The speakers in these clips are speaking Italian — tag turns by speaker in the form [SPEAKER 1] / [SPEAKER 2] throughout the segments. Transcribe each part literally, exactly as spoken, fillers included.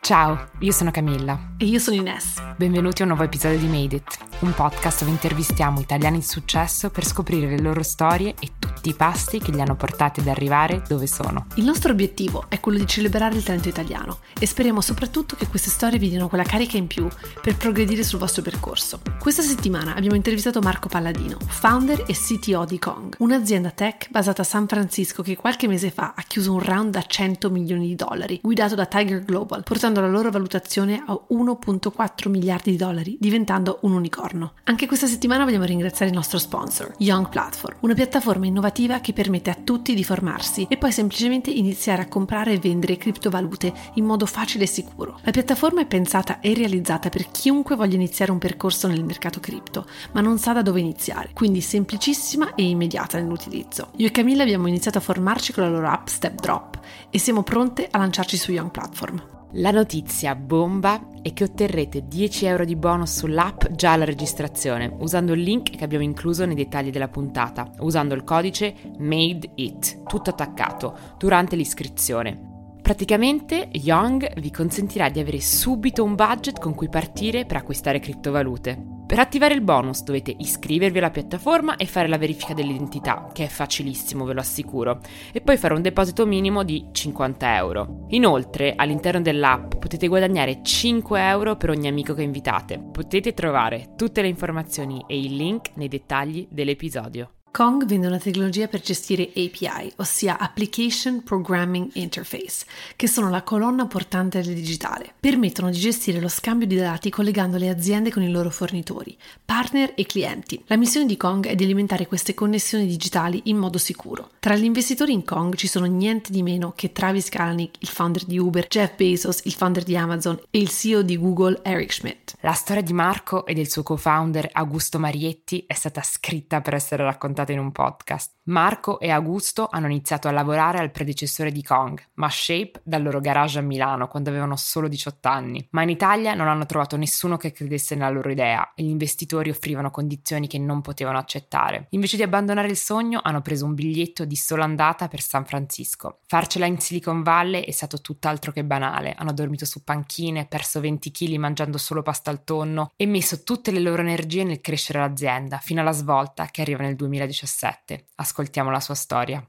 [SPEAKER 1] Ciao, io sono Camilla.
[SPEAKER 2] E io sono Ines.
[SPEAKER 1] Benvenuti a un nuovo episodio di Made It, un podcast dove intervistiamo italiani di successo per scoprire le loro storie e tutti i passi che li hanno portati ad arrivare dove sono.
[SPEAKER 2] Il nostro obiettivo è quello di celebrare il talento italiano e speriamo soprattutto che queste storie vi diano quella carica in più per progredire sul vostro percorso. Questa settimana abbiamo intervistato Marco Palladino, founder e C T O di Kong, un'azienda tech basata a San Francisco che qualche mese fa ha chiuso un round da cento milioni di dollari, guidato da Tiger Global, portando la loro valutazione a uno virgola quattro miliardi di dollari, diventando un unicorno. Anche questa settimana vogliamo ringraziare il nostro sponsor, Young Platform, una piattaforma innovativa che permette a tutti di formarsi e poi semplicemente iniziare a comprare e vendere criptovalute in modo facile e sicuro. La piattaforma è pensata e realizzata per chiunque voglia iniziare un percorso nel mercato cripto, ma non sa da dove iniziare, quindi semplicissima e immediata nell'utilizzo. Io e Camilla abbiamo iniziato a formarci con la loro app StepDrop e siamo pronte a lanciarci su Young Platform.
[SPEAKER 1] La notizia bomba è che otterrete dieci euro di bonus sull'app già alla registrazione, usando il link che abbiamo incluso nei dettagli della puntata, usando il codice MADEIT, tutto attaccato, durante l'iscrizione. Praticamente Young vi consentirà di avere subito un budget con cui partire per acquistare criptovalute. Per attivare il bonus dovete iscrivervi alla piattaforma e fare la verifica dell'identità, che è facilissimo, ve lo assicuro, e poi fare un deposito minimo di cinquanta euro. Inoltre, all'interno dell'app potete guadagnare cinque euro per ogni amico che invitate. Potete trovare tutte le informazioni e il link nei dettagli dell'episodio.
[SPEAKER 2] Kong vende una tecnologia per gestire A P I, ossia Application Programming Interface, che sono la colonna portante del digitale. Permettono di gestire lo scambio di dati collegando le aziende con i loro fornitori, partner e clienti. La missione di Kong è di alimentare queste connessioni digitali in modo sicuro. Tra gli investitori in Kong ci sono niente di meno che Travis Kalanick, il founder di Uber, Jeff Bezos, il founder di Amazon e il C E O di Google, Eric Schmidt.
[SPEAKER 1] La storia di Marco e del suo co-founder Augusto Marietti è stata scritta per essere raccontata in un podcast. Marco e Augusto hanno iniziato a lavorare al predecessore di Kong, Mashape, dal loro garage a Milano quando avevano solo diciotto anni, ma in Italia non hanno trovato nessuno che credesse nella loro idea e gli investitori offrivano condizioni che non potevano accettare. Invece di abbandonare il sogno hanno preso un biglietto di sola andata per San Francisco. Farcela in Silicon Valley è stato tutt'altro che banale. Hanno dormito su panchine, perso venti chili mangiando solo pasta al tonno e messo tutte le loro energie nel crescere l'azienda fino alla svolta che arriva nel duemiladiciassette. Ascoltiamo la sua storia.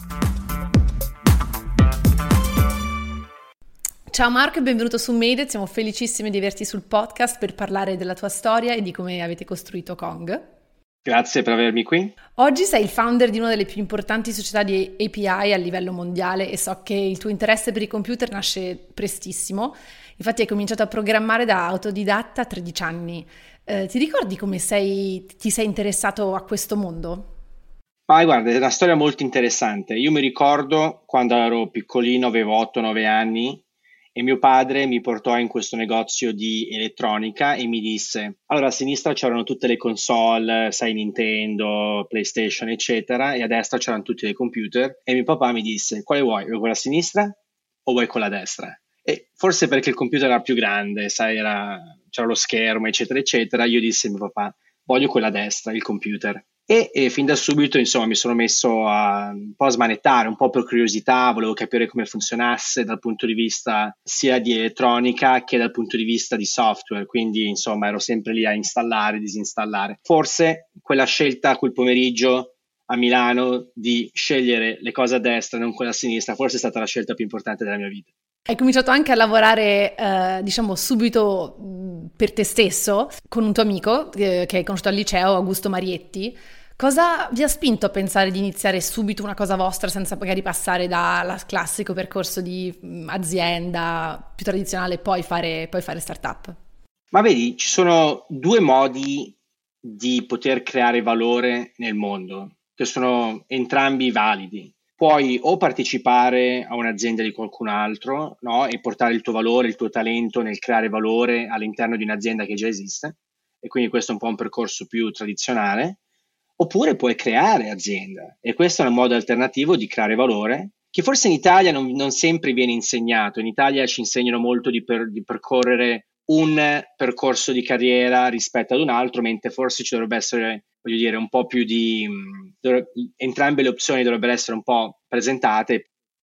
[SPEAKER 2] Ciao Marco e benvenuto su Made It, siamo felicissimi di averti sul podcast per parlare della tua storia e di come avete costruito Kong.
[SPEAKER 3] Grazie per avermi qui.
[SPEAKER 2] Oggi sei il founder di una delle più importanti società di A P I a livello mondiale e so che il tuo interesse per i computer nasce prestissimo. Infatti hai cominciato a programmare da autodidatta a tredici anni. Eh, ti ricordi come sei, ti sei interessato a questo mondo?
[SPEAKER 3] Ah, guarda, è una storia molto interessante. Io mi ricordo quando ero piccolino, avevo otto nove anni, e mio padre mi portò in questo negozio di elettronica e mi disse: allora a sinistra c'erano tutte le console, sai, Nintendo, PlayStation, eccetera, e a destra c'erano tutti i computer, e mio papà mi disse: quale vuoi? Vuoi quella a sinistra o vuoi quella a destra? E forse perché il computer era più grande, sai, era, c'era lo schermo, eccetera, eccetera, io dissi a mio papà: voglio quella a destra, il computer. E, e fin da subito, insomma, mi sono messo a un po' a smanettare, un po' per curiosità, volevo capire come funzionasse dal punto di vista sia di elettronica che dal punto di vista di software, quindi insomma ero sempre lì a installare, disinstallare. Forse quella scelta quel pomeriggio a Milano di scegliere le cose a destra e non quella a sinistra, forse è stata la scelta più importante della mia vita.
[SPEAKER 2] Hai cominciato anche a lavorare, eh, diciamo, subito mh, per te stesso, con un tuo amico eh, che hai conosciuto al liceo, Augusto Marietti. Cosa vi ha spinto a pensare di iniziare subito una cosa vostra senza magari passare dal classico percorso di mh, azienda più tradizionale e poi fare, poi fare startup?
[SPEAKER 3] Ma vedi, ci sono due modi di poter creare valore nel mondo, che sono entrambi validi. Puoi o partecipare a un'azienda di qualcun altro, no? E portare il tuo valore, il tuo talento nel creare valore all'interno di un'azienda che già esiste, e quindi questo è un po' un percorso più tradizionale, oppure puoi creare azienda, e questo è un modo alternativo di creare valore, che forse in Italia non, non sempre viene insegnato. In Italia ci insegnano molto di, per, di percorrere un percorso di carriera rispetto ad un altro, mentre forse ci dovrebbe essere, voglio dire, un po' più di... Dovrebbe, entrambe le opzioni dovrebbero essere un po' presentate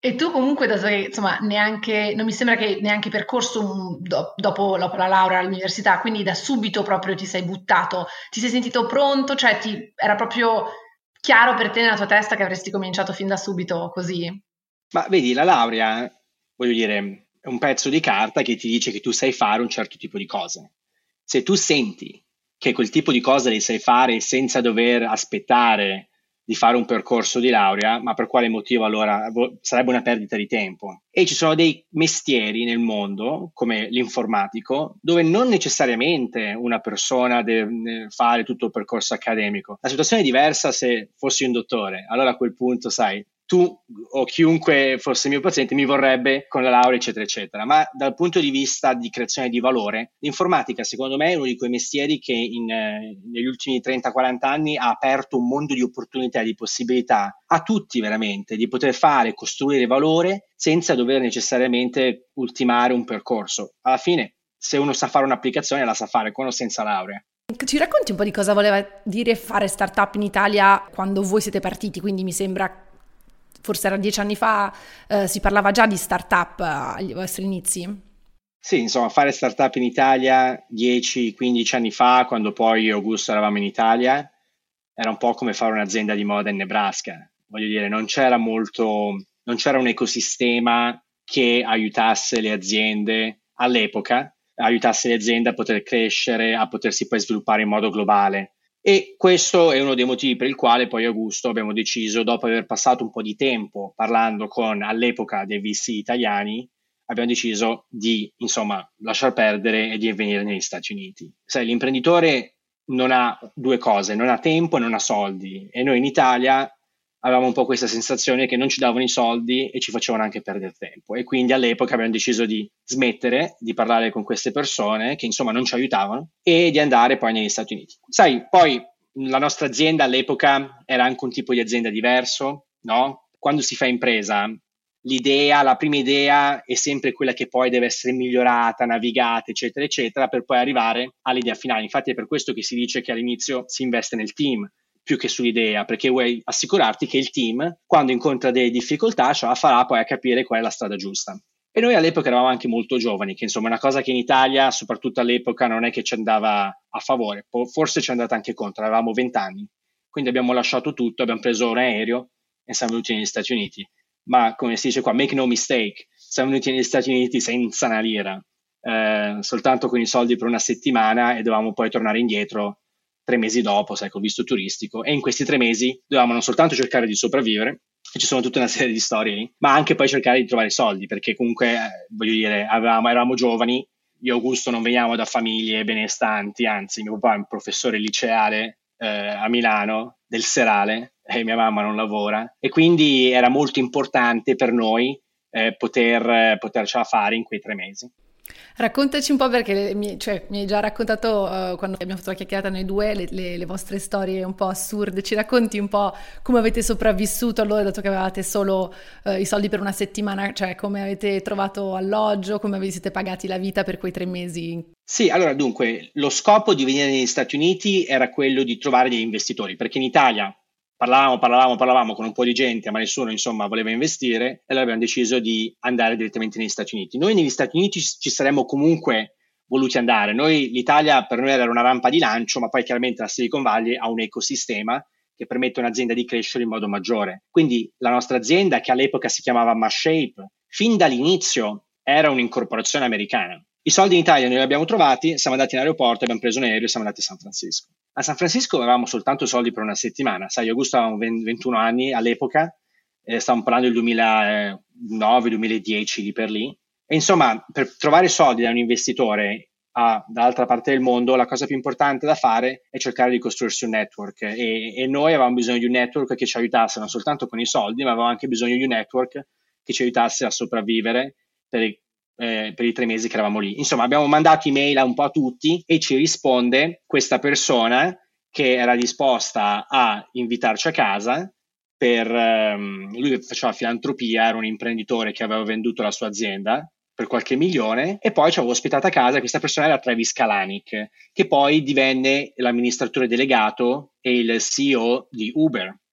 [SPEAKER 2] E tu comunque, dato che insomma neanche, non mi sembra che neanche percorso un- do- dopo, dopo la laurea all'università, quindi da subito proprio ti sei buttato, ti sei sentito pronto, cioè ti, era proprio chiaro per te nella tua testa che avresti cominciato fin da subito così?
[SPEAKER 3] Ma vedi, la laurea, voglio dire, è un pezzo di carta che ti dice che tu sai fare un certo tipo di cose. Se tu senti che quel tipo di cose le sai fare senza dover aspettare di fare un percorso di laurea, ma per quale motivo allora Vo- sarebbe una perdita di tempo? E ci sono dei mestieri nel mondo, come l'informatico, dove non necessariamente una persona deve fare tutto il percorso accademico. La situazione è diversa se fossi un dottore. Allora a quel punto, sai, tu o chiunque fosse mio paziente mi vorrebbe con la laurea, eccetera, eccetera. Ma dal punto di vista di creazione di valore, l'informatica, secondo me, è uno di quei mestieri che in, eh, negli ultimi trenta quaranta anni ha aperto un mondo di opportunità, di possibilità a tutti veramente, di poter fare, costruire valore senza dover necessariamente ultimare un percorso. Alla fine, se uno sa fare un'applicazione, la sa fare con o senza laurea.
[SPEAKER 4] Ci racconti un po' di cosa voleva dire fare startup in Italia quando voi siete partiti? Quindi mi sembra, forse era dieci anni fa, eh, si parlava già di startup eh, agli vostri inizi.
[SPEAKER 3] Sì, insomma, fare startup in Italia dieci quindici anni fa, quando poi io e Augusto eravamo in Italia, era un po' come fare un'azienda di moda in Nebraska. Voglio dire, non c'era molto, non c'era un ecosistema che aiutasse le aziende all'epoca, aiutasse le aziende a poter crescere, a potersi poi sviluppare in modo globale. E questo è uno dei motivi per il quale poi Augusto abbiamo deciso, dopo aver passato un po' di tempo parlando con all'epoca dei V C italiani, abbiamo deciso di, insomma, lasciar perdere e di venire negli Stati Uniti. Sai, l'imprenditore non ha due cose, non ha tempo e non ha soldi. E noi in Italia avevamo un po' questa sensazione che non ci davano i soldi e ci facevano anche perdere tempo. E quindi all'epoca abbiamo deciso di smettere di parlare con queste persone che, insomma, non ci aiutavano e di andare poi negli Stati Uniti. Sai, poi la nostra azienda all'epoca era anche un tipo di azienda diverso, no? Quando si fa impresa, l'idea, la prima idea è sempre quella che poi deve essere migliorata, navigata, eccetera, eccetera, per poi arrivare all'idea finale. Infatti è per questo che si dice che all'inizio si investe nel team più che sull'idea, perché vuoi assicurarti che il team, quando incontra delle difficoltà, ce la farà poi a capire qual è la strada giusta. E noi all'epoca eravamo anche molto giovani, che insomma è una cosa che in Italia, soprattutto all'epoca, non è che ci andava a favore, forse ci è andata anche contro, avevamo venti anni. Quindi abbiamo lasciato tutto, abbiamo preso un aereo e siamo venuti negli Stati Uniti. Ma come si dice qua, make no mistake, siamo venuti negli Stati Uniti senza una lira, eh, soltanto con i soldi per una settimana e dovevamo poi tornare indietro tre mesi dopo, sai, col visto turistico. E in questi tre mesi dovevamo non soltanto cercare di sopravvivere, e ci sono tutta una serie di storie lì, ma anche poi cercare di trovare soldi, perché comunque, eh, voglio dire, avevamo, eravamo giovani, io e Augusto non veniamo da famiglie benestanti, anzi mio papà è un professore liceale eh, a Milano, del serale, e mia mamma non lavora, e quindi era molto importante per noi eh, poter, eh, potercela fare in quei tre mesi.
[SPEAKER 4] Raccontaci un po', perché mi, cioè, mi hai già raccontato uh, quando abbiamo fatto la chiacchierata noi due le, le, le vostre storie un po' assurde. Ci racconti un po' come avete sopravvissuto allora, dato che avevate solo uh, i soldi per una settimana, cioè come avete trovato alloggio, come vi siete pagati la vita per quei tre mesi?
[SPEAKER 3] Sì, allora dunque lo scopo di venire negli Stati Uniti era quello di trovare degli investitori, perché in Italia parlavamo, parlavamo, parlavamo con un po' di gente, ma nessuno insomma voleva investire, e allora abbiamo deciso di andare direttamente negli Stati Uniti. Noi negli Stati Uniti ci saremmo comunque voluti andare. Noi, l'Italia per noi era una rampa di lancio, ma poi chiaramente la Silicon Valley ha un ecosistema che permette a un'azienda di crescere in modo maggiore. Quindi la nostra azienda, che all'epoca si chiamava MassShape, fin dall'inizio era un'incorporazione americana. I soldi in Italia noi li abbiamo trovati, siamo andati in aeroporto, abbiamo preso un aereo e siamo andati a San Francisco. A San Francisco avevamo soltanto soldi per una settimana. Sai, Augusto avevamo ventuno anni all'epoca, eh, stavamo parlando del duemilanove duemiladieci, lì per lì. E insomma, per trovare soldi da un investitore a, dall'altra parte del mondo, la cosa più importante da fare è cercare di costruirsi un network. E, e noi avevamo bisogno di un network che ci aiutasse non soltanto con i soldi, ma avevamo anche bisogno di un network che ci aiutasse a sopravvivere per i Eh, per i tre mesi che eravamo lì. Insomma, abbiamo mandato email a un po' a tutti e ci risponde questa persona che era disposta a invitarci a casa per um, lui faceva filantropia, era un imprenditore che aveva venduto la sua azienda per qualche milione, e poi ci aveva ospitato a casa. Questa persona era Travis Kalanick, che poi divenne l'amministratore delegato e il C E O di Uber.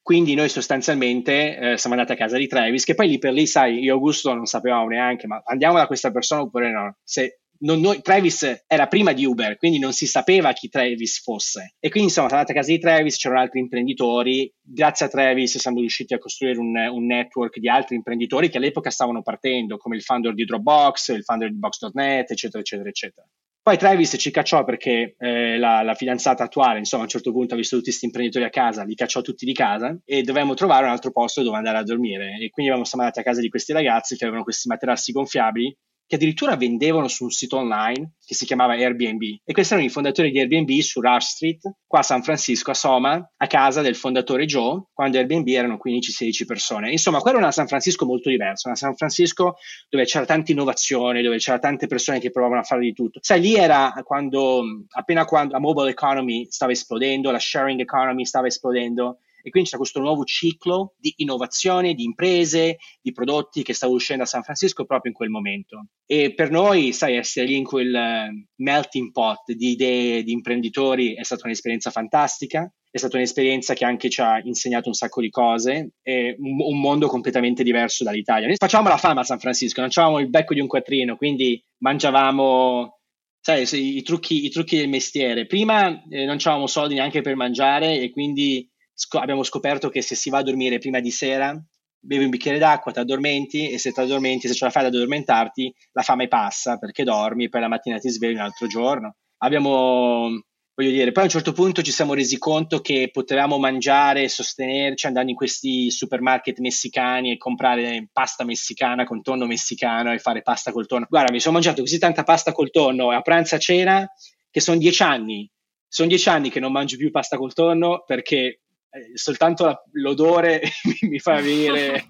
[SPEAKER 3] Quindi noi sostanzialmente eh, siamo andati a casa di Travis, che poi lì per lì, sai, io e Augusto non sapevamo neanche, ma andiamo da questa persona oppure no? Se non, noi, Travis era prima di Uber, quindi non si sapeva chi Travis fosse. E quindi insomma siamo andati a casa di Travis, c'erano altri imprenditori. Grazie a Travis siamo riusciti a costruire un, un network di altri imprenditori che all'epoca stavano partendo, come il founder di Dropbox, il founder di Box punto net, eccetera, eccetera, eccetera. Poi Travis ci cacciò perché eh, la, la fidanzata attuale, insomma, a un certo punto ha visto tutti questi imprenditori a casa, li cacciò tutti di casa e dovevamo trovare un altro posto dove andare a dormire. E quindi siamo andati a casa di questi ragazzi che avevano questi materassi gonfiabili che addirittura vendevano su un sito online che si chiamava Airbnb. E questi erano i fondatori di Airbnb su Rush Street, qua a San Francisco, a Soma, a casa del fondatore Joe, quando Airbnb erano quindici sedici persone. Insomma, quella era una San Francisco molto diversa, una San Francisco dove c'era tanta innovazione, dove c'era tante persone che provavano a fare di tutto. Sai, lì era quando, appena quando la mobile economy stava esplodendo, la sharing economy stava esplodendo, e quindi c'è questo nuovo ciclo di innovazione, di imprese, di prodotti che stava uscendo a San Francisco proprio in quel momento. E per noi, sai, essere lì in quel uh, melting pot di idee, di imprenditori è stata un'esperienza fantastica, è stata un'esperienza che anche ci ha insegnato un sacco di cose, è un, un mondo completamente diverso dall'Italia. Noi facevamo la fama a San Francisco, non avevamo il becco di un quattrino, quindi mangiavamo... Sai, i trucchi, i trucchi del mestiere. Prima eh, non avevamo soldi neanche per mangiare e quindi sc- abbiamo scoperto che se si va a dormire prima di sera, bevi un bicchiere d'acqua, ti addormenti e se ti addormenti, se ce la fai ad addormentarti, la fame passa perché dormi e poi la mattina ti svegli un altro giorno. Abbiamo, voglio dire, poi a un certo punto ci siamo resi conto che potevamo mangiare e sostenerci andando in questi supermarket messicani e comprare pasta messicana con tonno messicano e fare pasta col tonno. Guarda, mi sono mangiato così tanta pasta col tonno a pranzo e a cena che sono dieci anni. Sono dieci anni che non mangio più pasta col tonno perché eh, soltanto la, l'odore mi fa venire...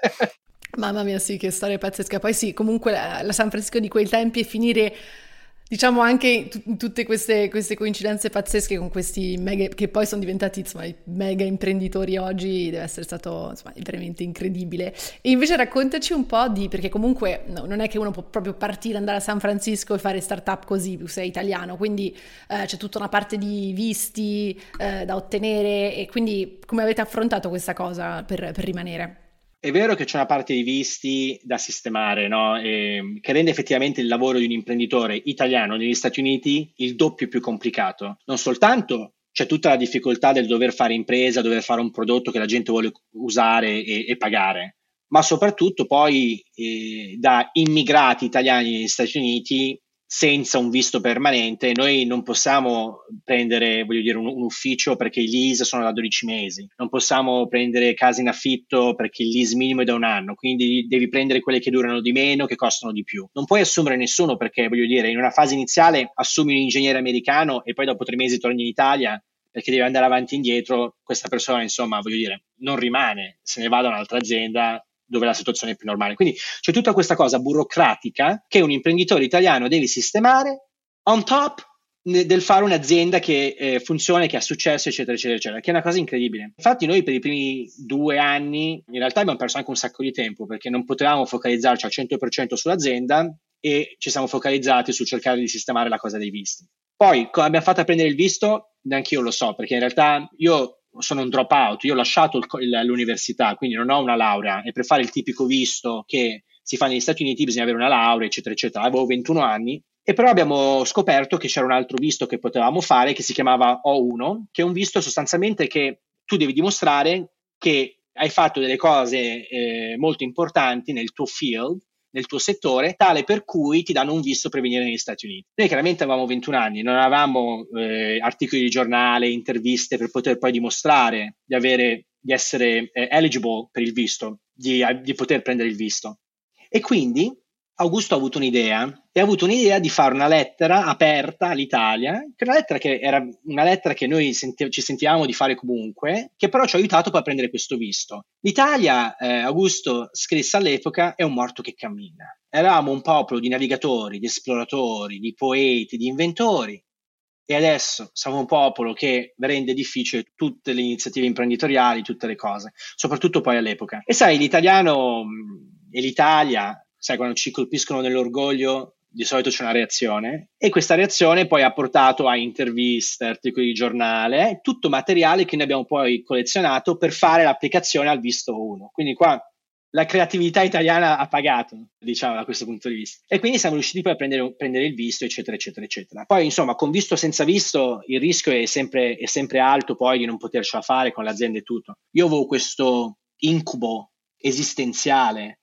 [SPEAKER 4] Mamma mia, sì, che storia pazzesca. Poi sì, comunque la, la San Francisco di quei tempi e finire... Diciamo anche t- tutte queste, queste coincidenze pazzesche con questi mega, che poi sono diventati insomma i mega imprenditori oggi, deve essere stato insomma veramente incredibile. E invece raccontaci un po' di, perché comunque no, non è che uno può proprio partire, andare a San Francisco e fare startup così, tu sei italiano, quindi eh, c'è tutta una parte di visti eh, da ottenere, e quindi come avete affrontato questa cosa per, per rimanere?
[SPEAKER 3] È vero che c'è una parte di visti da sistemare, no? E, che rende effettivamente il lavoro di un imprenditore italiano negli Stati Uniti il doppio più complicato. Non soltanto c'è tutta la difficoltà del dover fare impresa, dover fare un prodotto che la gente vuole usare e, e pagare, ma soprattutto poi eh, da immigrati italiani negli Stati Uniti senza un visto permanente, noi non possiamo prendere, voglio dire, un, un ufficio perché i lease sono da dodici mesi, non possiamo prendere case in affitto perché il lease minimo è da un anno, quindi devi prendere quelle che durano di meno, che costano di più. Non puoi assumere nessuno perché, voglio dire, in una fase iniziale assumi un ingegnere americano e poi dopo tre mesi torni in Italia perché devi andare avanti e indietro, questa persona, insomma, voglio dire, non rimane, se ne va da un'altra azienda dove la situazione è più normale. Quindi c'è tutta questa cosa burocratica che un imprenditore italiano deve sistemare on top del fare un'azienda che eh, funziona, che ha successo, eccetera, eccetera, eccetera, che è una cosa incredibile. Infatti noi per i primi due anni, in realtà abbiamo perso anche un sacco di tempo, perché non potevamo focalizzarci al cento per cento sull'azienda e ci siamo focalizzati su cercare di sistemare la cosa dei visti. Poi, come abbiamo fatto a prendere il visto, neanche io lo so, perché in realtà io sono un dropout, io ho lasciato il, il, l'università, quindi non ho una laurea, e per fare il tipico visto che si fa negli Stati Uniti bisogna avere una laurea, eccetera, eccetera. Avevo ventuno anni, e però abbiamo scoperto che c'era un altro visto che potevamo fare che si chiamava O uno, che è un visto sostanzialmente che tu devi dimostrare che hai fatto delle cose eh, molto importanti nel tuo field, nel tuo settore, tale per cui ti danno un visto per venire negli Stati Uniti. Noi chiaramente avevamo ventuno anni, non avevamo eh, articoli di giornale, interviste per poter poi dimostrare di avere, di essere eh, eligible per il visto, di, di poter prendere il visto. E quindi Augusto ha avuto un'idea e ha avuto un'idea di fare una lettera aperta all'Italia, che una lettera che era una lettera che noi senti- ci sentivamo di fare comunque, che però ci ha aiutato poi a prendere questo visto. L'Italia, eh, Augusto scrisse all'epoca, è un morto che cammina. Eravamo un popolo di navigatori, di esploratori, di poeti, di inventori, e adesso siamo un popolo che rende difficile tutte le iniziative imprenditoriali, tutte le cose, soprattutto poi all'epoca. E sai, l'italiano e l'Italia, sai, quando ci colpiscono nell'orgoglio, di solito c'è una reazione, e questa reazione poi ha portato a interviste, articoli di giornale, tutto materiale che noi abbiamo poi collezionato per fare l'applicazione al visto uno. Quindi qua la creatività italiana ha pagato, diciamo, da questo punto di vista. E quindi siamo riusciti poi a prendere, prendere il visto, eccetera, eccetera, eccetera. Poi, insomma, con visto o senza visto, il rischio è sempre, è sempre alto poi di non potercela fare con l'azienda e tutto. Io avevo questo incubo esistenziale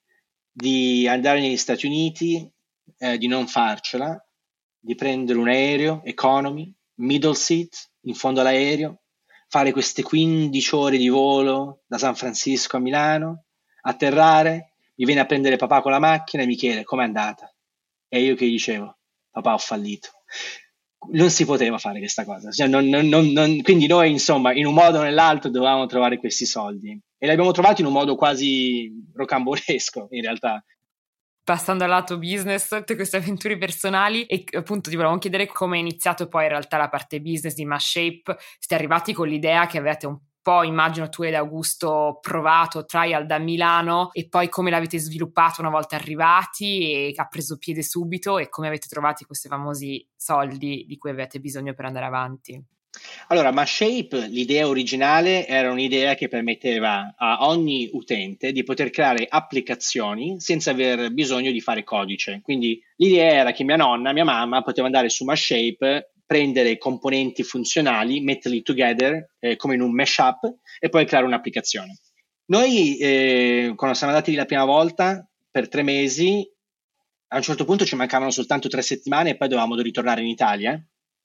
[SPEAKER 3] di andare negli Stati Uniti, eh, di non farcela, di prendere un aereo, economy, middle seat, in fondo all'aereo, fare queste quindici ore di volo da San Francisco a Milano, atterrare, mi viene a prendere papà con la macchina e mi chiede com'è andata, e io che gli dicevo papà, ho fallito. Non si poteva fare questa cosa, cioè, non, non, non, non, quindi noi insomma in un modo o nell'altro dovevamo trovare questi soldi e li abbiamo trovati in un modo quasi rocambolesco in realtà.
[SPEAKER 1] Passando al lato business, tutte queste avventure personali, e appunto ti volevamo chiedere come è iniziato poi in realtà la parte business di Mashape. Siete arrivati con l'idea che avete un po', immagino tu ed Augusto, provato trial da Milano, e poi come l'avete sviluppato una volta arrivati e ha preso piede subito, e come avete trovati questi famosi soldi di cui avete bisogno per andare avanti?
[SPEAKER 3] Allora, Mashape, l'idea originale era un'idea che permetteva a ogni utente di poter creare applicazioni senza aver bisogno di fare codice. Quindi l'idea era che mia nonna, mia mamma poteva andare su Mashape, prendere componenti funzionali, metterli together eh, come in un mashup e poi creare un'applicazione. Noi, eh, quando siamo andati lì la prima volta, per tre mesi, a un certo punto ci mancavano soltanto tre settimane e poi dovevamo ritornare in Italia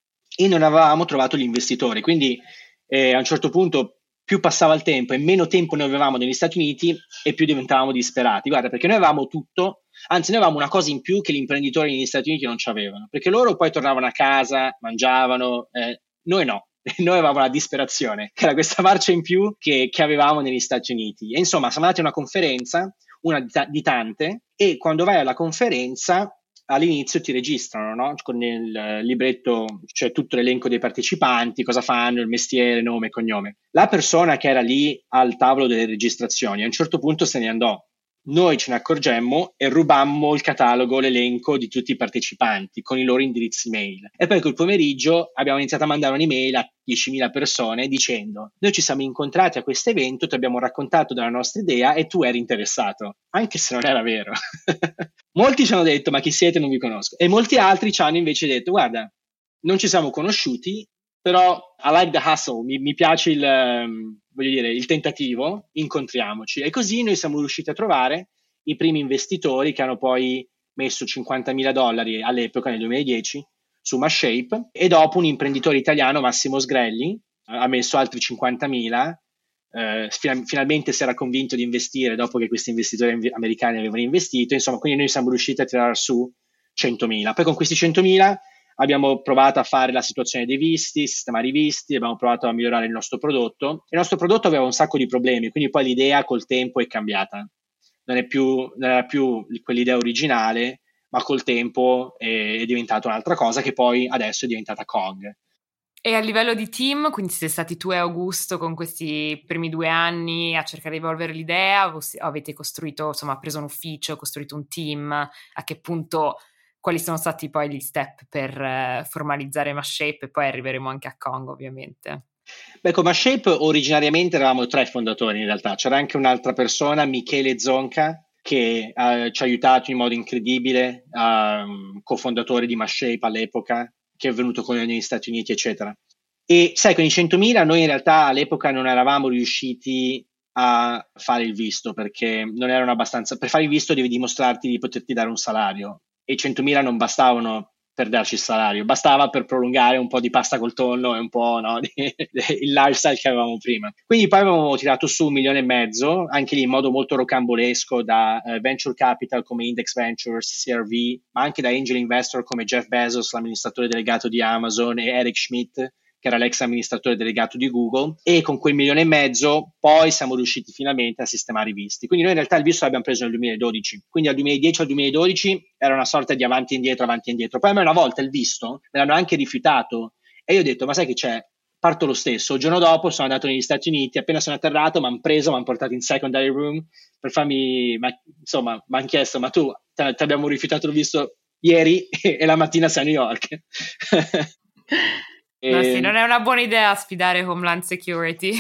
[SPEAKER 3] e non avevamo trovato gli investitori. Quindi eh, a un certo punto più passava il tempo e meno tempo ne avevamo negli Stati Uniti e più diventavamo disperati. Guarda, perché noi avevamo tutto, anzi noi avevamo una cosa in più che gli imprenditori negli Stati Uniti non c'avevano, perché loro poi tornavano a casa, mangiavano, eh, noi no. Noi avevamo la disperazione, che era questa marcia in più che, che avevamo negli Stati Uniti. E insomma siamo andati a una conferenza, una di, ta- di tante, e quando vai alla conferenza all'inizio ti registrano, no? Con il libretto c'è tutto l'elenco dei partecipanti, cosa fanno, il mestiere, nome, cognome. La persona che era lì al tavolo delle registrazioni a un certo punto se ne andò. Noi ce ne accorgemmo e rubammo il catalogo, l'elenco di tutti i partecipanti con i loro indirizzi mail. E poi quel pomeriggio abbiamo iniziato a mandare un'email a diecimila persone dicendo: noi ci siamo incontrati a questo evento, ti abbiamo raccontato della nostra idea e tu eri interessato, anche se non era vero. Molti ci hanno detto: ma chi siete, non vi conosco. E molti altri ci hanno invece detto: guarda, non ci siamo conosciuti, però I like the hustle, mi, mi piace il, um, voglio dire, il tentativo, incontriamoci. E così noi siamo riusciti a trovare i primi investitori che hanno poi messo cinquantamila dollari all'epoca, nel duemiladieci, su Mashape, e dopo un imprenditore italiano, Massimo Sgrelli, ha messo altri cinquantamila. Eh, fin- finalmente si era convinto di investire dopo che questi investitori inv- americani avevano investito. Insomma, quindi noi siamo riusciti a tirare su centomila. Poi con questi centomila abbiamo provato a fare la situazione dei visti, sistemare i visti, abbiamo provato a migliorare il nostro prodotto. Il nostro prodotto aveva un sacco di problemi, quindi poi l'idea col tempo è cambiata. Non è più, non era più quell'idea originale, ma col tempo è, è diventata un'altra cosa che poi adesso è diventata Kong.
[SPEAKER 1] E a livello di team, quindi siete stati tu e Augusto con questi primi due anni a cercare di evolvere l'idea, o avete costruito, insomma, preso un ufficio, costruito un team? A che punto, quali sono stati poi gli step per uh, formalizzare Mashape, e poi arriveremo anche a Kong ovviamente?
[SPEAKER 3] Beh, con Mashape originariamente eravamo tre fondatori in realtà, c'era anche un'altra persona, Michele Zonca, che uh, ci ha aiutato in modo incredibile, uh, cofondatore di Mashape all'epoca, che è venuto con noi negli Stati Uniti, eccetera. E sai, con i centomila noi in realtà all'epoca non eravamo riusciti a fare il visto, perché non erano abbastanza. Per fare il visto devi dimostrarti di poterti dare un salario, e i centomila non bastavano per darci il salario, bastava per prolungare un po' di pasta col tonno e un po', no, di, il lifestyle che avevamo prima. Quindi poi avevamo tirato su un milione e mezzo, anche lì in modo molto rocambolesco, da uh, venture capital come Index Ventures, C R V, ma anche da angel investor come Jeff Bezos, l'amministratore delegato di Amazon, e Eric Schmidt, che era l'ex amministratore delegato di Google, e con quel milione e mezzo poi siamo riusciti finalmente a sistemare i visti. Quindi noi in realtà il visto l'abbiamo preso nel duemiladodici, quindi dal duemiladieci al duemiladodici era una sorta di avanti e indietro, avanti e indietro. Poi a me una volta il visto me l'hanno anche rifiutato e io ho detto: ma sai che c'è? Parto lo stesso. Il giorno dopo sono andato negli Stati Uniti, appena sono atterrato mi hanno preso, mi hanno portato in secondary room per farmi, ma, insomma, mi hanno chiesto: ma tu ti abbiamo rifiutato il visto ieri e la mattina sei a New York.
[SPEAKER 1] e... No, sì, non è una buona idea sfidare Homeland Security.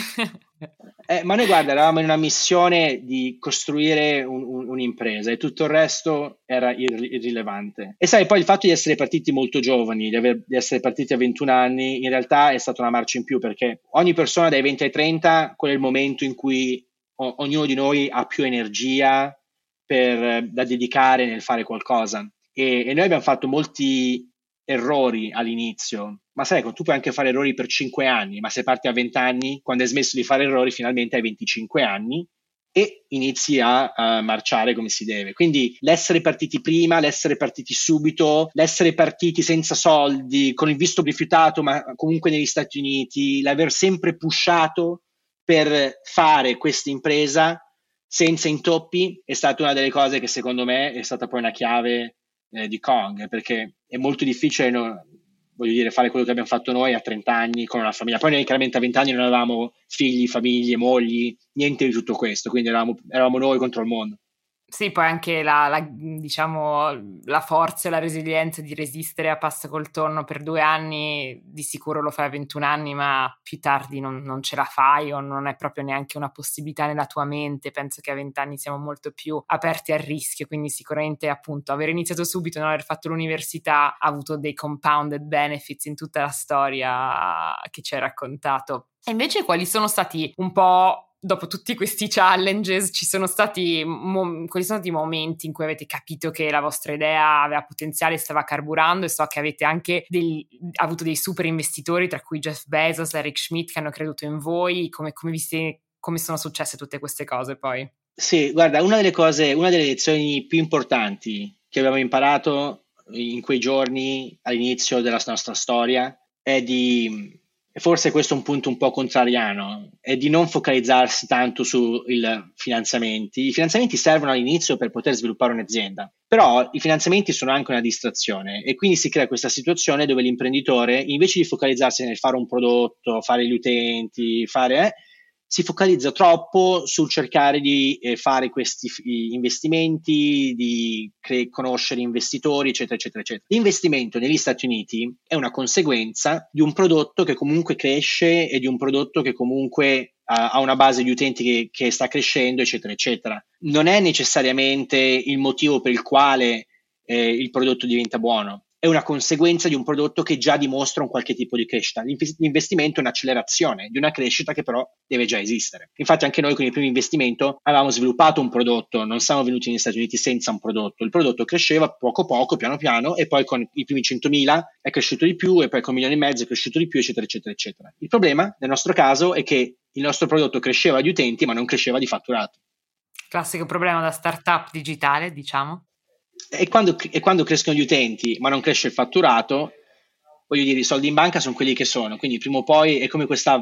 [SPEAKER 3] Eh, ma noi guarda, eravamo in una missione di costruire un, un, un'impresa e tutto il resto era irri- irrilevante. E sai, poi il fatto di essere partiti molto giovani, di, aver, di essere partiti a ventuno anni, in realtà è stata una marcia in più, perché ogni persona dai venti ai trenta, quello è il momento in cui o, ognuno di noi ha più energia per, da dedicare nel fare qualcosa. E, e noi abbiamo fatto molti errori all'inizio, ma sai, tu puoi anche fare errori per cinque anni, ma se parti a venti anni, quando hai smesso di fare errori, finalmente hai venticinque anni e inizi a, a marciare come si deve. Quindi l'essere partiti prima, l'essere partiti subito, l'essere partiti senza soldi, con il visto rifiutato, ma comunque negli Stati Uniti, l'aver sempre pushato per fare questa impresa senza intoppi è stata una delle cose che secondo me è stata poi una chiave eh, di Kong, perché è molto difficile, no, voglio dire, fare quello che abbiamo fatto noi a trenta anni con una famiglia. Poi noi chiaramente a venti anni non avevamo figli, famiglie, mogli, niente di tutto questo, quindi eravamo, eravamo noi contro il mondo.
[SPEAKER 1] Sì, poi anche la, la, diciamo, la forza e la resilienza di resistere a pasta col tonno per due anni, di sicuro lo fai a ventuno anni, ma più tardi non, non ce la fai o non è proprio neanche una possibilità nella tua mente. Penso che a venti anni siamo molto più aperti al rischio, quindi sicuramente appunto aver iniziato subito, non aver fatto l'università, ha avuto dei compounded benefits in tutta la storia che ci hai raccontato. E invece quali sono stati un po'... Dopo tutti questi challenges, ci sono stati mom- quali sono stati i momenti in cui avete capito che la vostra idea aveva potenziale, stava carburando, e so che avete anche dei, avuto dei super investitori, tra cui Jeff Bezos, Eric Schmidt, che hanno creduto in voi. Come, come, vi siete, come sono successe tutte queste cose poi?
[SPEAKER 3] Sì, guarda, una delle cose, una delle lezioni più importanti che abbiamo imparato in quei giorni all'inizio della nostra storia è di... e forse questo è un punto un po' contrariano, è di non focalizzarsi tanto sui finanziamenti. I finanziamenti servono all'inizio per poter sviluppare un'azienda, però i finanziamenti sono anche una distrazione e quindi si crea questa situazione dove l'imprenditore, invece di focalizzarsi nel fare un prodotto, fare gli utenti, fare... Eh, si focalizza troppo sul cercare di eh, fare questi f- investimenti, di cre- conoscere investitori, eccetera, eccetera, eccetera. L'investimento negli Stati Uniti è una conseguenza di un prodotto che comunque cresce e di un prodotto che comunque uh, ha una base di utenti che, che sta crescendo, eccetera, eccetera. Non è necessariamente il motivo per il quale eh, il prodotto diventa buono. È una conseguenza di un prodotto che già dimostra un qualche tipo di crescita. L'investimento è un'accelerazione di una crescita che però deve già esistere. Infatti anche noi con il primo investimento avevamo sviluppato un prodotto, non siamo venuti negli Stati Uniti senza un prodotto. Il prodotto cresceva poco poco, piano piano, e poi con i primi centomila è cresciuto di più, e poi con un milione e mezzo è cresciuto di più, eccetera, eccetera, eccetera. Il problema nel nostro caso è che il nostro prodotto cresceva di utenti ma non cresceva di fatturato.
[SPEAKER 1] Classico problema da startup digitale, diciamo.
[SPEAKER 3] E quando, e quando crescono gli utenti ma non cresce il fatturato, voglio dire, i soldi in banca sono quelli che sono, quindi prima o poi è come questa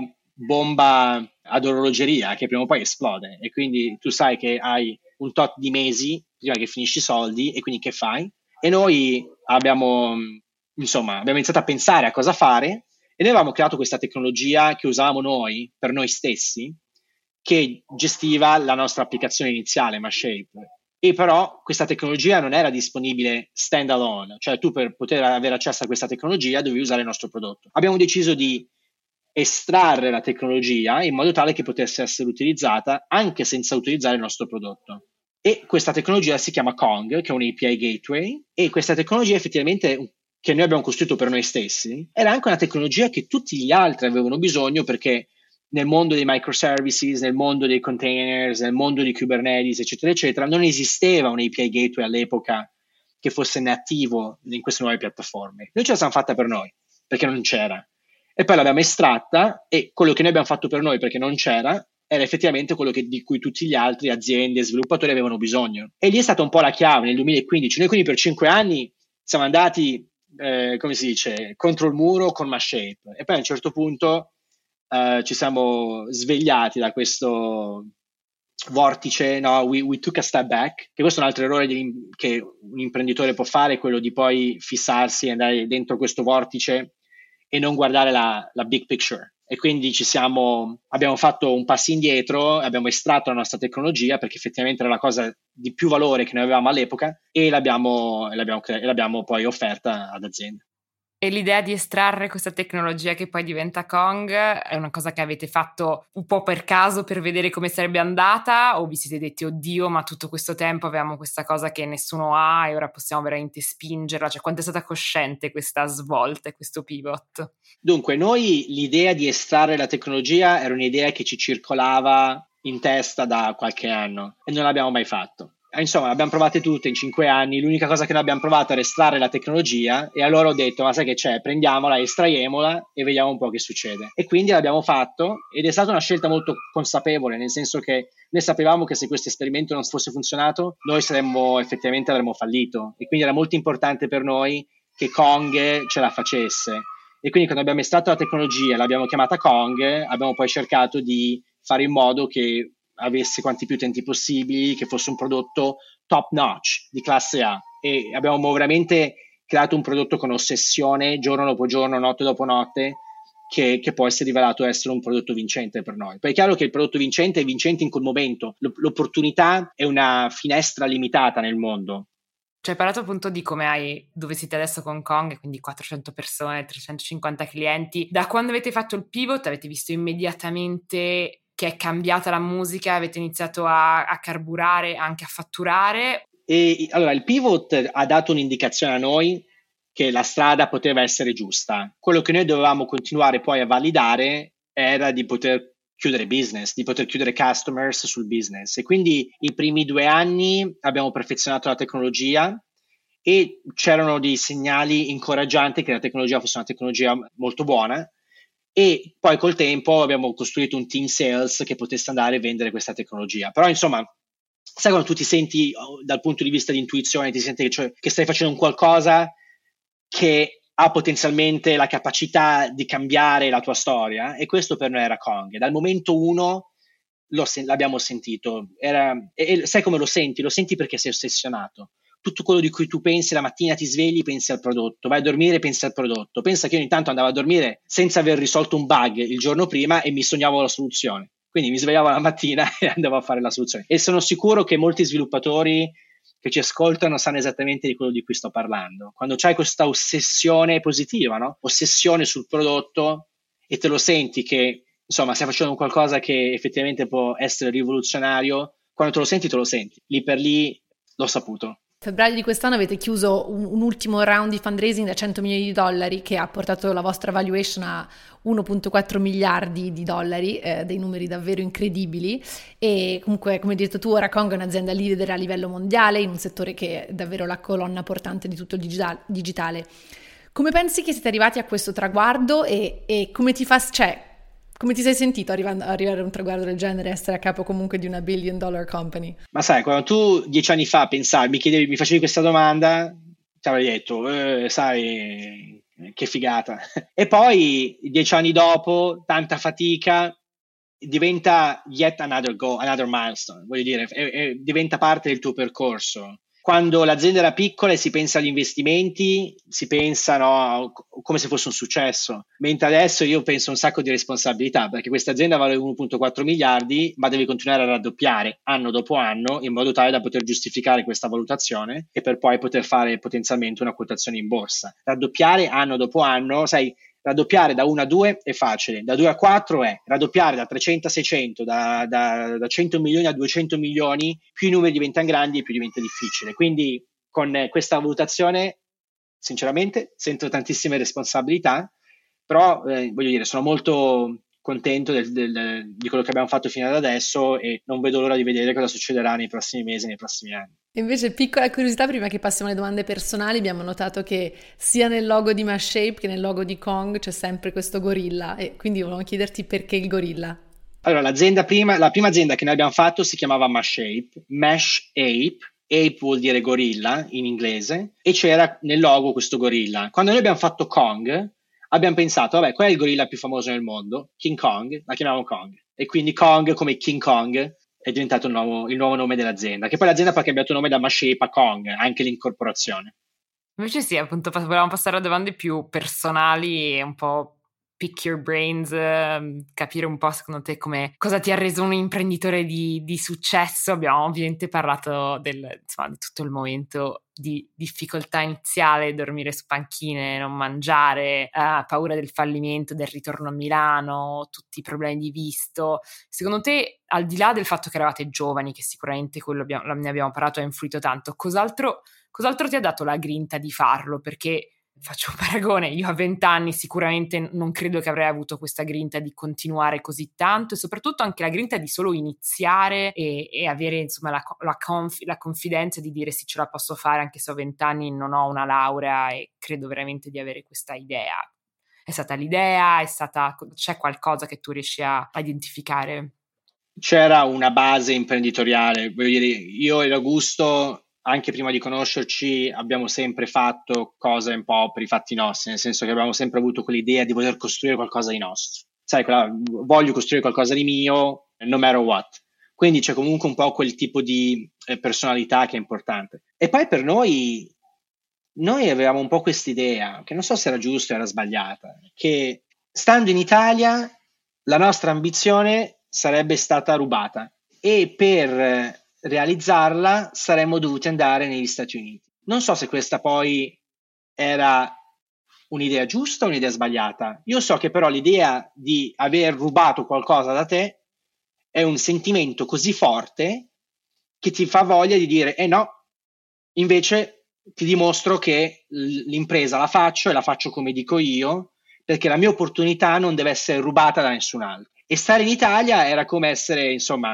[SPEAKER 3] bomba ad orologeria che prima o poi esplode, e quindi tu sai che hai un tot di mesi prima che finisci i soldi, e quindi che fai? E noi abbiamo, insomma, abbiamo iniziato a pensare a cosa fare, e noi avevamo creato questa tecnologia che usavamo noi per noi stessi, che gestiva la nostra applicazione iniziale, MaShape. E però questa tecnologia non era disponibile stand alone, cioè tu per poter avere accesso a questa tecnologia dovevi usare il nostro prodotto. Abbiamo deciso di estrarre la tecnologia in modo tale che potesse essere utilizzata anche senza utilizzare il nostro prodotto. E questa tecnologia si chiama Kong, che è un A P I gateway, e questa tecnologia effettivamente, che noi abbiamo costruito per noi stessi, era anche una tecnologia che tutti gli altri avevano bisogno, perché nel mondo dei microservices, nel mondo dei containers, nel mondo di Kubernetes, eccetera, eccetera, non esisteva un A P I gateway all'epoca che fosse nativo in queste nuove piattaforme. Noi ce la siamo fatta per noi, perché non c'era. E poi l'abbiamo estratta, e quello che noi abbiamo fatto per noi perché non c'era, era effettivamente quello che, di cui tutti gli altri aziende e sviluppatori avevano bisogno. E lì è stata un po' la chiave nel duemilaquindici. Noi quindi per cinque anni siamo andati, eh, come si dice, contro il muro con MaShape. E poi a un certo punto Uh, ci siamo svegliati da questo vortice, no? We, we took a step back, che questo è un altro errore di, che un imprenditore può fare, quello di poi fissarsi e andare dentro questo vortice e non guardare la, la big picture. E quindi ci siamo, abbiamo fatto un passo indietro, abbiamo estratto la nostra tecnologia perché effettivamente era la cosa di più valore che noi avevamo all'epoca e l'abbiamo, e l'abbiamo, e l'abbiamo poi offerta ad aziende.
[SPEAKER 1] E l'idea di estrarre questa tecnologia che poi diventa Kong è una cosa che avete fatto un po' per caso per vedere come sarebbe andata, o vi siete detti oddio ma tutto questo tempo avevamo questa cosa che nessuno ha e ora possiamo veramente spingerla? Cioè quanto è stata cosciente questa svolta e questo pivot?
[SPEAKER 3] Dunque noi l'idea di estrarre la tecnologia era un'idea che ci circolava in testa da qualche anno e non l'abbiamo mai fatto. Insomma, l'abbiamo provate tutte in cinque anni, l'unica cosa che noi abbiamo provato era estrarre la tecnologia e allora ho detto, ma sai che c'è, prendiamola, estraiamola e vediamo un po' che succede. E quindi l'abbiamo fatto ed è stata una scelta molto consapevole, nel senso che noi sapevamo che se questo esperimento non fosse funzionato, noi saremmo effettivamente avremmo fallito e quindi era molto importante per noi che Kong ce la facesse. E quindi quando abbiamo estratto la tecnologia, l'abbiamo chiamata Kong, abbiamo poi cercato di fare in modo che avesse quanti più utenti possibili, che fosse un prodotto top notch, di classe A. E abbiamo veramente creato un prodotto con ossessione, giorno dopo giorno, notte dopo notte, che, che poi si è rivelato essere un prodotto vincente per noi. Poi è chiaro che il prodotto vincente è vincente in quel momento. L'opportunità è una finestra limitata nel mondo.
[SPEAKER 1] Ci hai parlato appunto di come hai, dove siete adesso con Kong, quindi quattrocento persone, trecentocinquanta clienti. Da quando avete fatto il pivot avete visto immediatamente che è cambiata la musica, avete iniziato a, a carburare, anche a fatturare?
[SPEAKER 3] E allora il pivot ha dato un'indicazione a noi che la strada poteva essere giusta. Quello che noi dovevamo continuare poi a validare era di poter chiudere business, di poter chiudere customers sul business. E quindi i primi due anni abbiamo perfezionato la tecnologia e c'erano dei segnali incoraggianti che la tecnologia fosse una tecnologia molto buona. E poi col tempo abbiamo costruito un team sales che potesse andare a vendere questa tecnologia. Però insomma, sai quando tu ti senti dal punto di vista di intuizione, ti senti che, cioè, che stai facendo un qualcosa che ha potenzialmente la capacità di cambiare la tua storia, e questo per noi era Kong. Dal momento uno lo sen- l'abbiamo sentito. Era, e, e sai come lo senti? Lo senti perché sei ossessionato. Tutto quello di cui tu pensi, la mattina ti svegli, pensi al prodotto, vai a dormire, pensi al prodotto. Pensa che io ogni tanto andavo a dormire senza aver risolto un bug il giorno prima e mi sognavo la soluzione. Quindi mi svegliavo la mattina e andavo a fare la soluzione. E sono sicuro che molti sviluppatori che ci ascoltano sanno esattamente di quello di cui sto parlando. Quando c'hai questa ossessione positiva, no? Ossessione sul prodotto e te lo senti che, insomma, stai facendo qualcosa che effettivamente può essere rivoluzionario, quando te lo senti, te lo senti. Lì per lì l'ho saputo.
[SPEAKER 4] Febbraio di quest'anno avete chiuso un, un ultimo round di fundraising da cento milioni di dollari che ha portato la vostra valuation a uno virgola quattro miliardi di dollari, eh, dei numeri davvero incredibili. E comunque, come hai detto tu, ora Kong è un'azienda leader a livello mondiale in un settore che è davvero la colonna portante di tutto il digitale. Come pensi che siete arrivati a questo traguardo e, e come ti fa, cioè, come ti sei sentito arrivando, arrivare a un traguardo del genere e essere a capo comunque di una billion dollar company?
[SPEAKER 3] Ma sai, quando tu dieci anni fa pensavi, mi chiedevi, mi facevi questa domanda, ti avrei detto, eh, sai, che figata. E poi, dieci anni dopo, tanta fatica, diventa yet another goal, another milestone, voglio dire, è, è, diventa parte del tuo percorso. Quando l'azienda era piccola e si pensa agli investimenti, si pensa, no, come se fosse un successo, mentre adesso io penso un sacco di responsabilità, perché questa azienda vale uno virgola quattro miliardi, ma devi continuare a raddoppiare anno dopo anno in modo tale da poter giustificare questa valutazione e per poi poter fare potenzialmente una quotazione in borsa. Raddoppiare anno dopo anno, sai, raddoppiare da uno a due è facile, da due a quattro è raddoppiare da trecento a seicento, da, da, da cento milioni a duecento milioni, più i numeri diventano grandi e più diventa difficile. Quindi con questa valutazione, sinceramente, sento tantissime responsabilità, però eh, voglio dire, sono molto contento del, del, di quello che abbiamo fatto fino ad adesso e non vedo l'ora di vedere cosa succederà nei prossimi mesi, nei prossimi anni.
[SPEAKER 4] Invece, piccola curiosità, prima che passiamo alle domande personali, abbiamo notato che sia nel logo di Mashape che nel logo di Kong c'è sempre questo gorilla, e quindi volevo chiederti perché il gorilla.
[SPEAKER 3] Allora, l'azienda prima, la prima azienda che noi abbiamo fatto si chiamava Mashape, Mesh Ape, Ape vuol dire gorilla in inglese, e c'era nel logo questo gorilla. Quando noi abbiamo fatto Kong, abbiamo pensato, vabbè, qual è il gorilla più famoso nel mondo? King Kong, la chiamiamo Kong. E quindi Kong, come King Kong, è diventato il nuovo, il nuovo nome dell'azienda, che poi l'azienda poi ha cambiato nome da Mashape a Kong, anche l'incorporazione.
[SPEAKER 1] Invece sì, appunto, volevamo passare a domande più personali e un po' pick your brains, eh, capire un po' secondo te come, cosa ti ha reso un imprenditore di, di successo. Abbiamo ovviamente parlato del, insomma, di tutto il momento di difficoltà iniziale, dormire su panchine, non mangiare, eh, paura del fallimento, del ritorno a Milano, tutti i problemi di visto. Secondo te, al di là del fatto che eravate giovani, che sicuramente quello abbiamo, ne abbiamo parlato, ha influito tanto, cos'altro, cos'altro ti ha dato la grinta di farlo? Perché faccio un paragone, io a vent'anni sicuramente non credo che avrei avuto questa grinta di continuare così tanto, e soprattutto anche la grinta di solo iniziare e, e avere insomma la, la, conf, la confidenza di dire sì, ce la posso fare anche se ho vent'anni, non ho una laurea e credo veramente di avere questa idea. È stata l'idea? È stata, c'è qualcosa che tu riesci a, a identificare?
[SPEAKER 3] C'era una base imprenditoriale, voglio dire, io e Augusto, anche prima di conoscerci, abbiamo sempre fatto cose un po' per i fatti nostri, nel senso che abbiamo sempre avuto quell'idea di voler costruire qualcosa di nostro. Sai, quella, voglio costruire qualcosa di mio, no matter what. Quindi c'è comunque un po' quel tipo di eh, personalità che è importante. E poi per noi, noi avevamo un po' quest'idea, che non so se era giusta o era sbagliata, che stando in Italia la nostra ambizione sarebbe stata rubata e per realizzarla saremmo dovuti andare negli Stati Uniti. Non so se questa poi era un'idea giusta o un'idea sbagliata. Io so che però l'idea di aver rubato qualcosa da te è un sentimento così forte che ti fa voglia di dire eh no, invece ti dimostro che l'impresa la faccio e la faccio come dico io, perché la mia opportunità non deve essere rubata da nessun altro. E stare in Italia era come essere, insomma,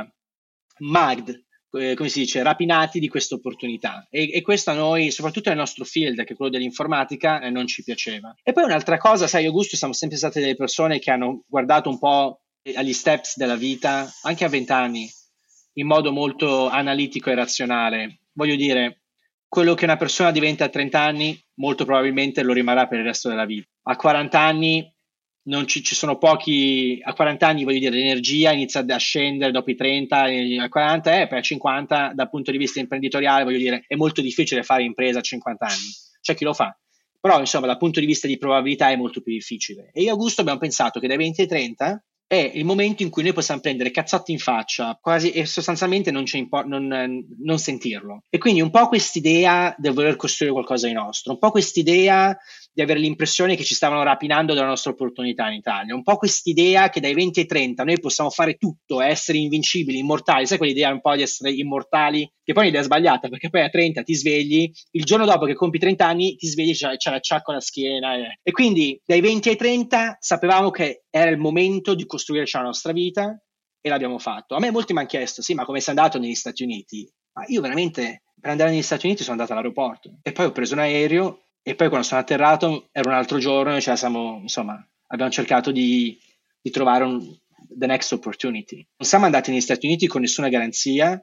[SPEAKER 3] mugged, eh, come si dice, rapinati di questa opportunità. E, e questo a noi, soprattutto nel nostro field, che è quello dell'informatica, eh, non ci piaceva. E poi un'altra cosa, sai, Augusto, siamo sempre state delle persone che hanno guardato un po' agli steps della vita, anche a vent'anni, in modo molto analitico e razionale. Voglio dire, quello che una persona diventa a trenta anni, molto probabilmente lo rimarrà per il resto della vita. A quaranta anni non ci, ci sono pochi, a quaranta anni voglio dire l'energia inizia a scendere dopo i trenta, e a quaranta e poi a cinquanta dal punto di vista imprenditoriale voglio dire è molto difficile fare impresa a cinquanta anni, c'è chi lo fa, però insomma dal punto di vista di probabilità è molto più difficile. E io e Augusto abbiamo pensato che dai venti ai trenta è il momento in cui noi possiamo prendere cazzotti in faccia quasi e sostanzialmente non, c'è impo- non, non sentirlo, e quindi un po' quest'idea del voler costruire qualcosa di nostro, un po' quest'idea di avere l'impressione che ci stavano rapinando dalla nostra opportunità in Italia, un po' quest'idea che dai venti ai trenta noi possiamo fare tutto, essere invincibili, immortali, sai quell'idea un po' di essere immortali, che poi è un'idea sbagliata, perché poi a trenta ti svegli, il giorno dopo che compi trenta anni ti svegli, c'è, c'è l'acciacco alla schiena, eh. E quindi dai venti ai trenta sapevamo che era il momento di costruirci la nostra vita e l'abbiamo fatto. A me molti mi hanno chiesto, sì, ma come sei andato negli Stati Uniti? Ma io veramente, per andare negli Stati Uniti sono andato all'aeroporto e poi ho preso un aereo. E poi quando sono atterrato era un altro giorno e cioè siamo, insomma, abbiamo cercato di, di trovare un, the next opportunity. Non siamo andati negli Stati Uniti con nessuna garanzia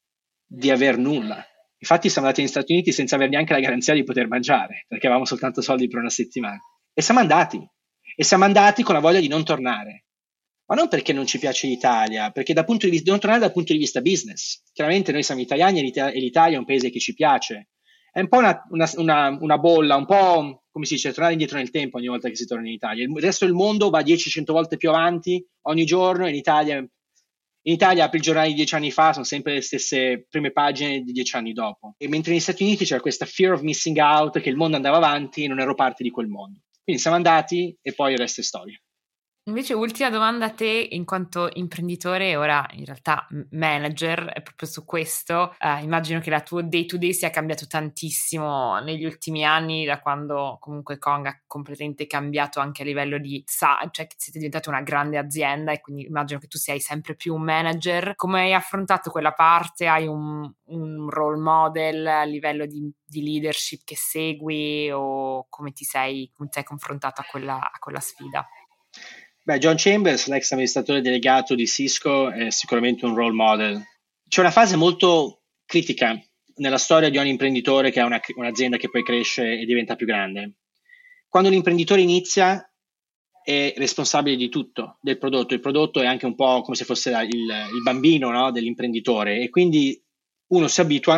[SPEAKER 3] di aver nulla. Infatti siamo andati negli Stati Uniti senza avere neanche la garanzia di poter mangiare, perché avevamo soltanto soldi per una settimana. E siamo andati. E siamo andati con la voglia di non tornare. Ma non perché non ci piace l'Italia, perché dal punto di vista, non tornare dal punto di vista business. Chiaramente noi siamo italiani e l'Italia è un paese che ci piace. È un po' una, una, una, una bolla, un po' come si dice, tornare indietro nel tempo ogni volta che si torna in Italia. Il resto del mondo va dieci cento volte più avanti ogni giorno. In Italia, in Italia apri il giornale di dieci anni fa, sono sempre le stesse prime pagine di dieci anni dopo. E mentre negli Stati Uniti c'era questa fear of missing out, che il mondo andava avanti e non ero parte di quel mondo. Quindi siamo andati e poi il resto è storia.
[SPEAKER 1] Invece ultima domanda a te in quanto imprenditore e ora in realtà manager, è proprio su questo, uh, immagino che la tua day to day sia cambiato tantissimo negli ultimi anni, da quando comunque Kong ha completamente cambiato anche a livello di, sa- cioè che siete diventati una grande azienda e quindi immagino che tu sei sempre più un manager. Come hai affrontato quella parte? Hai un, un role model a livello di, di leadership che segui o come ti sei, come ti sei confrontato a quella, a quella sfida?
[SPEAKER 3] Beh, John Chambers, l'ex amministratore delegato di Cisco, è sicuramente un role model. C'è una fase molto critica nella storia di ogni imprenditore che ha una, un'azienda che poi cresce e diventa più grande. Quando l'imprenditore inizia è responsabile di tutto, del prodotto. Il prodotto è anche un po' come se fosse il, il bambino, no, dell'imprenditore, e quindi uno si abitua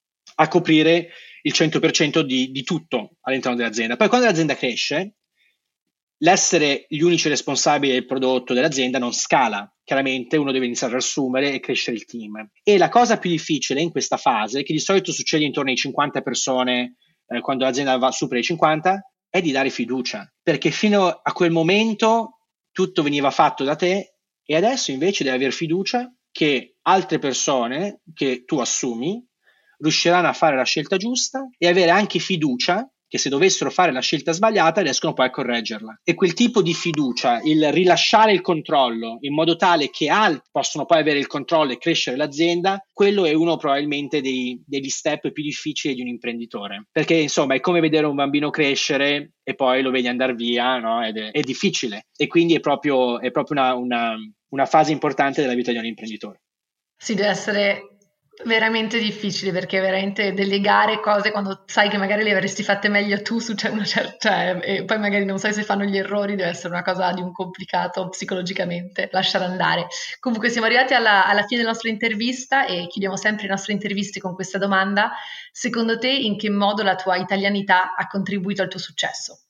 [SPEAKER 3] a coprire il cento per cento di, di tutto all'interno dell'azienda. Poi quando l'azienda cresce, l'essere gli unici responsabili del prodotto dell'azienda non scala. Chiaramente uno deve iniziare ad assumere e crescere il team. E la cosa più difficile in questa fase, che di solito succede intorno ai cinquanta persone, eh, quando l'azienda va supera i cinquanta, è di dare fiducia. Perché fino a quel momento tutto veniva fatto da te e adesso invece devi avere fiducia che altre persone che tu assumi riusciranno a fare la scelta giusta e avere anche fiducia che se dovessero fare la scelta sbagliata riescono poi a correggerla. E quel tipo di fiducia, il rilasciare il controllo in modo tale che altri possono poi avere il controllo e crescere l'azienda, quello è uno probabilmente dei, degli step più difficili di un imprenditore. Perché insomma è come vedere un bambino crescere e poi lo vedi andare via, no? Ed è, è difficile. E quindi è proprio, è proprio una, una, una fase importante della vita di un imprenditore.
[SPEAKER 4] Sì, deve essere veramente difficile, perché veramente delegare cose quando sai che magari le avresti fatte meglio tu su cioè una certa, cioè, e poi magari non sai se fanno gli errori, deve essere una cosa di un complicato psicologicamente lasciare andare. Comunque siamo arrivati alla, alla fine della nostra intervista e chiudiamo sempre le nostre interviste con questa domanda: secondo te in che modo la tua italianità ha contribuito al tuo successo?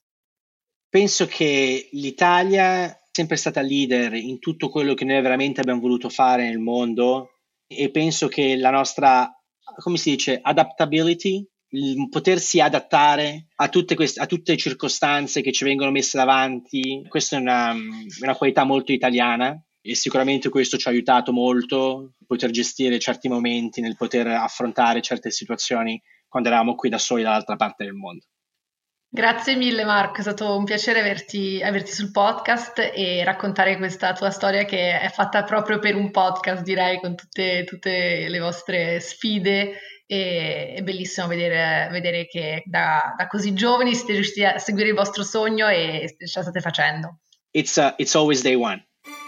[SPEAKER 3] Penso che l'Italia è sempre stata leader in tutto quello che noi veramente abbiamo voluto fare nel mondo. E penso che la nostra, come si dice, adaptability, il potersi adattare a tutte queste, a tutte le circostanze che ci vengono messe davanti, questa è una, una qualità molto italiana e sicuramente questo ci ha aiutato molto a poter gestire certi momenti, nel poter affrontare certe situazioni quando eravamo qui da soli dall'altra parte del mondo.
[SPEAKER 4] Grazie mille Marco, è stato un piacere averti, averti sul podcast e raccontare questa tua storia che è fatta proprio per un podcast, direi, con tutte, tutte le vostre sfide, e è bellissimo vedere, vedere che da, da così giovani siete riusciti a seguire il vostro sogno e ce la state facendo.
[SPEAKER 3] It's, uh, it's always day one.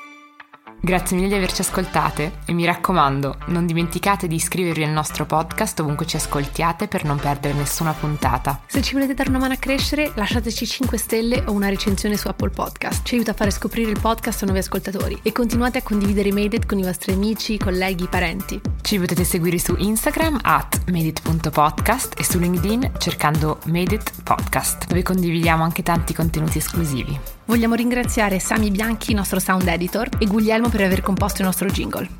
[SPEAKER 1] Grazie mille di averci ascoltate e mi raccomando, non dimenticate di iscrivervi al nostro podcast ovunque ci ascoltiate per non perdere nessuna puntata.
[SPEAKER 2] Se ci volete dare una mano a crescere, lasciateci cinque stelle o una recensione su Apple Podcast. Ci aiuta a fare scoprire il podcast a nuovi ascoltatori e continuate a condividere Made It con i vostri amici, colleghi, parenti.
[SPEAKER 1] Ci potete seguire su Instagram at madeit punto podcast e su LinkedIn cercando Made It Podcast, dove condividiamo anche tanti contenuti esclusivi.
[SPEAKER 2] Vogliamo ringraziare Sami Bianchi, nostro sound editor, e Guglielmo per aver composto il nostro jingle.